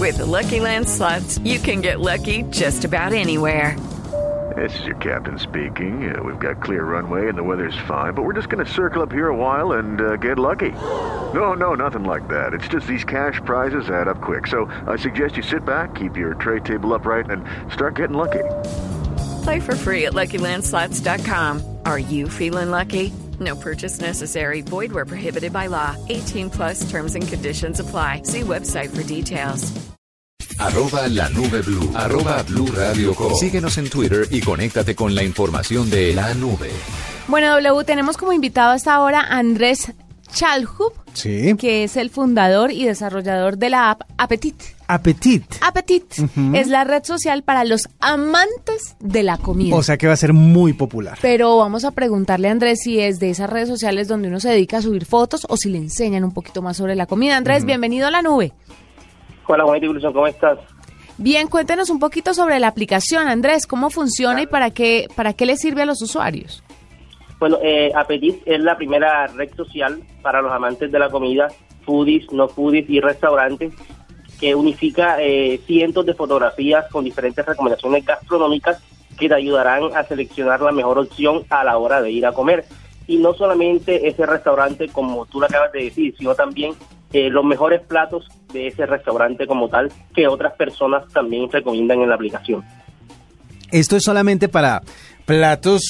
With the Lucky Land Slots, you can get lucky just about anywhere. This is your captain speaking. We've got clear runway and the weather's fine, but we're just going to circle up here a while and get lucky. No, nothing like that. It's just these cash prizes add up quick. So I suggest you sit back, keep your tray table upright, and start getting lucky. Play for free at LuckyLandSlots.com. Are you feeling lucky? No purchase necessary. Void where prohibited by law. 18+ terms and conditions apply. See website for details. @LaNubeBlue, @Blue Radio Co. Síguenos en Twitter y conéctate con la información de la nube. Bueno, W, tenemos como invitado hasta ahora a Andrés Chalhub, sí, que es el fundador y desarrollador de la app Appetit. Appetit. Es la red social para los amantes de la comida. O sea que va a ser muy popular. Pero vamos a preguntarle a Andrés si es de esas redes sociales donde uno se dedica a subir fotos o si le enseñan un poquito más sobre la comida. Andrés, bienvenido a La Nube. Hola, Juanito Wilson, ¿cómo estás? Bien, cuéntenos un poquito sobre la aplicación, Andrés, cómo funciona y para qué le sirve a los usuarios. Bueno, Appetit es la primera red social para los amantes de la comida, foodies, no foodies y restaurantes, que unifica cientos de fotografías con diferentes recomendaciones gastronómicas que te ayudarán a seleccionar la mejor opción a la hora de ir a comer. Y no solamente ese restaurante, como tú lo acabas de decir, sino también los mejores platos de ese restaurante como tal, que otras personas también recomiendan en la aplicación. ¿Esto es solamente para platos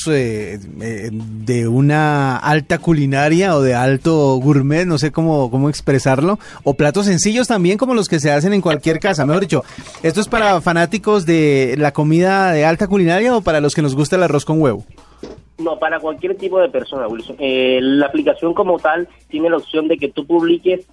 de una alta culinaria o de alto gourmet, no sé cómo expresarlo, o platos sencillos también como los que se hacen en cualquier casa? Mejor dicho, ¿esto es para fanáticos de la comida de alta culinaria o para los que nos gusta el arroz con huevo? No, para cualquier tipo de persona, Wilson. La aplicación como tal tiene la opción de que tú publiques,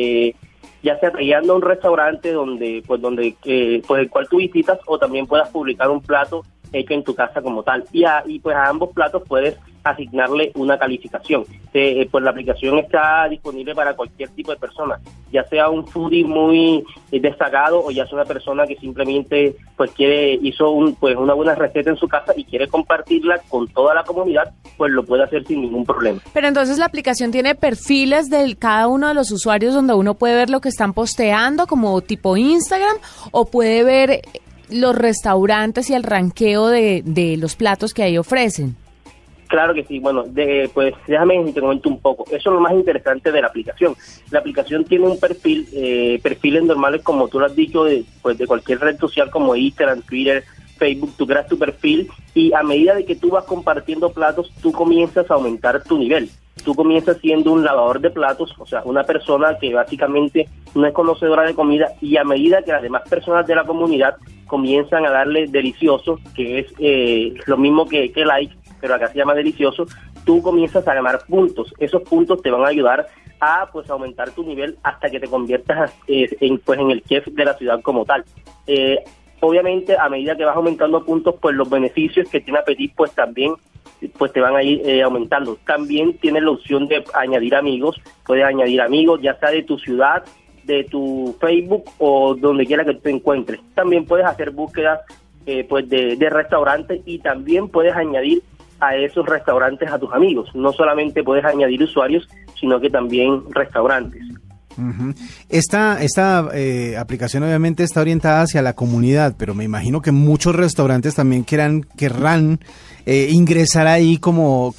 ya sea llegando a un restaurante donde el cual tú visitas, o también puedas publicar un plato hecho en tu casa como tal. Y pues a ambos platos puedes asignarle una calificación. Pues la aplicación está disponible para cualquier tipo de persona, ya sea un foodie muy destacado o ya sea una persona que simplemente pues hizo una buena receta en su casa y quiere compartirla con toda la comunidad, pues lo puede hacer sin ningún problema. Pero entonces la aplicación tiene perfiles de cada uno de los usuarios donde uno puede ver lo que están posteando, como tipo Instagram, o puede ver los restaurantes y el ranqueo de los platos que ahí ofrecen. Claro que sí. Bueno, pues déjame te comento un poco. Eso es lo más interesante de la aplicación. La aplicación tiene un perfiles normales, como tú lo has dicho, de cualquier red social como Instagram, Twitter, Facebook. Tú creas tu perfil y a medida de que tú vas compartiendo platos, tú comienzas a aumentar tu nivel. Tú comienzas siendo un lavador de platos, o sea, una persona que básicamente no es conocedora de comida, y a medida que las demás personas de la comunidad comienzan a darle delicioso, que es lo mismo que like, pero acá se llama delicioso, tú comienzas a ganar puntos. Esos puntos te van a ayudar a aumentar tu nivel hasta que te conviertas en el chef de la ciudad como tal. Obviamente, a medida que vas aumentando puntos, pues los beneficios que tiene Appetit pues también te van a ir aumentando. También tienes la opción de añadir amigos. Puedes añadir amigos, ya sea de tu ciudad, de tu Facebook o donde quiera que te encuentres. También puedes hacer búsquedas de restaurantes, y también puedes añadir a esos restaurantes a tus amigos. No solamente puedes añadir usuarios, sino que también restaurantes. Uh-huh. Esta aplicación obviamente está orientada hacia la comunidad, pero me imagino que muchos restaurantes también querrán ingresar ahí como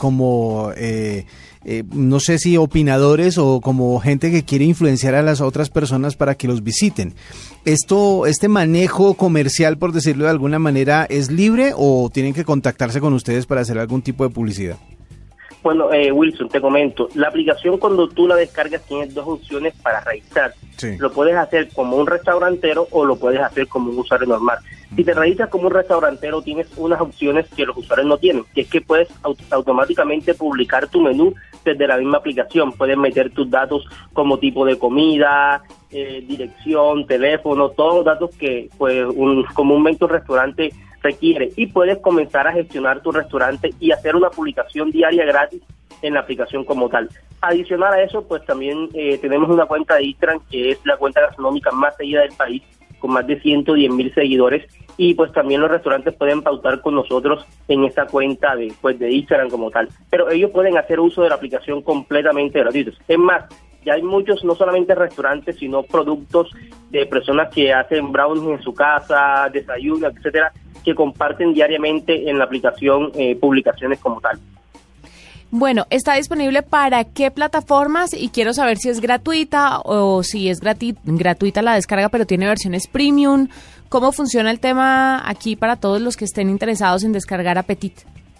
no sé si opinadores o como gente que quiere influenciar a las otras personas para que los visiten. ¿Este manejo comercial, por decirlo de alguna manera, es libre o tienen que contactarse con ustedes para hacer algún tipo de publicidad? Bueno, Wilson, te comento, la aplicación cuando tú la descargas tienes dos opciones para registrar. Sí. Lo puedes hacer como un restaurantero o lo puedes hacer como un usuario normal. Si te registras como un restaurantero, tienes unas opciones que los usuarios no tienen, que es que puedes automáticamente publicar tu menú desde la misma aplicación. Puedes meter tus datos como tipo de comida, dirección, teléfono, todos los datos que comúnmente un restaurante requiere, y puedes comenzar a gestionar tu restaurante y hacer una publicación diaria gratis en la aplicación como tal. Adicional a eso, pues también tenemos una cuenta de Instagram, que es la cuenta gastronómica más seguida del país, con más de 110,000 seguidores, y pues también los restaurantes pueden pautar con nosotros en esa cuenta de Instagram como tal. Pero ellos pueden hacer uso de la aplicación completamente gratuitos. Es más, Ya hay muchos, no solamente restaurantes, sino productos de personas que hacen brownies en su casa, desayuno, etcétera, que comparten diariamente en la aplicación publicaciones como tal. Bueno, ¿está disponible para qué plataformas? Y quiero saber si es gratuita o si es gratuita la descarga, pero tiene versiones premium. ¿Cómo funciona el tema aquí para todos los que estén interesados en descargar Appetit?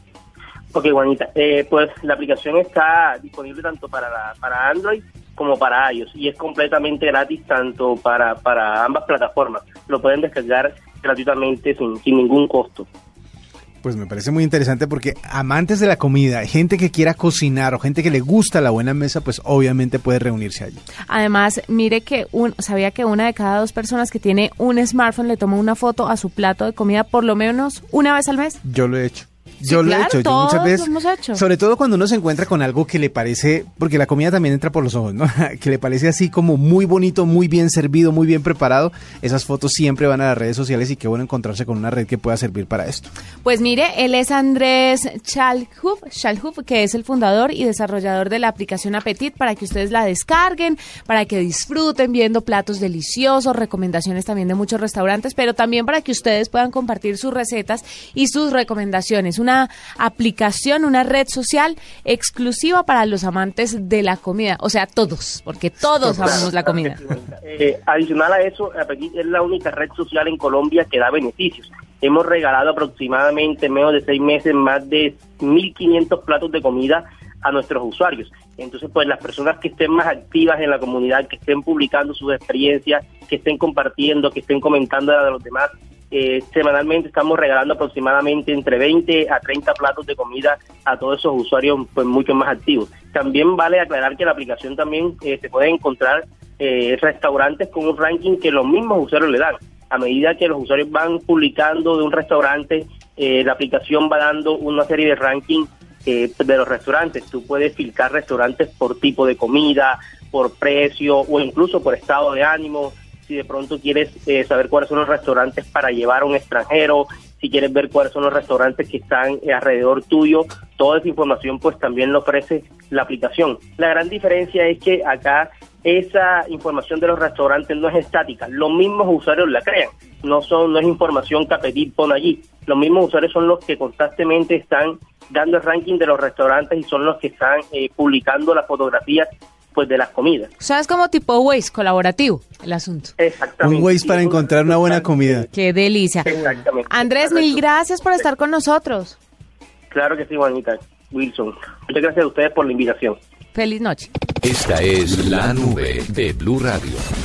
Ok, Juanita, pues la aplicación está disponible tanto para Android como para iOS y es completamente gratis tanto para ambas plataformas. Lo pueden descargar gratuitamente sin ningún costo. Pues me parece muy interesante porque amantes de la comida, gente que quiera cocinar o gente que le gusta la buena mesa, pues obviamente puede reunirse allí. Además, mire que sabía que 1 de cada 2 personas que tiene un smartphone le toma una foto a su plato de comida por lo menos una vez al mes. Yo lo he hecho. Sí, Yo claro, lo he hecho, todos muchas veces, lo hemos hecho. sobre todo cuando uno se encuentra con algo que le parece, porque la comida también entra por los ojos, ¿no? Que le parece así como muy bonito, muy bien servido, muy bien preparado. Esas fotos siempre van a las redes sociales y qué bueno encontrarse con una red que pueda servir para esto. Pues mire, él es Andrés Chalhuf, que es el fundador y desarrollador de la aplicación Appetit, para que ustedes la descarguen, para que disfruten viendo platos deliciosos, recomendaciones también de muchos restaurantes, pero también para que ustedes puedan compartir sus recetas y sus recomendaciones. Una aplicación, una red social exclusiva para los amantes de la comida, o sea, todos, porque todos amamos la comida. Adicional a eso, Appetit es la única red social en Colombia que da beneficios. Hemos regalado aproximadamente en menos de 6 meses más de 1.500 platos de comida a nuestros usuarios. Entonces, pues las personas que estén más activas en la comunidad, que estén publicando sus experiencias, que estén compartiendo, que estén comentando a los demás, semanalmente estamos regalando aproximadamente entre 20 a 30 platos de comida a todos esos usuarios pues mucho más activos. También vale aclarar que la aplicación también se puede encontrar restaurantes con un ranking que los mismos usuarios le dan. A medida que los usuarios van publicando de un restaurante, la aplicación va dando una serie de rankings de los restaurantes. Tú puedes filtrar restaurantes por tipo de comida, por precio o incluso por estado de ánimo. Si de pronto quieres saber cuáles son los restaurantes para llevar a un extranjero, si quieres ver cuáles son los restaurantes que están alrededor tuyo, toda esa información pues también lo ofrece la aplicación. La gran diferencia es que acá esa información de los restaurantes no es estática, los mismos usuarios la crean, no es información que Appetit pone allí, los mismos usuarios son los que constantemente están dando el ranking de los restaurantes y son los que están publicando las fotografías pues de las comidas. O sea, es como tipo Waze, colaborativo el asunto. Exactamente. Un Waze para encontrar una buena comida. Qué delicia. Exactamente. Andrés, mil gracias por estar con nosotros. Claro que sí, Juanita. Wilson. Muchas gracias a ustedes por la invitación. Feliz noche. Esta es La Nube de Blue Radio.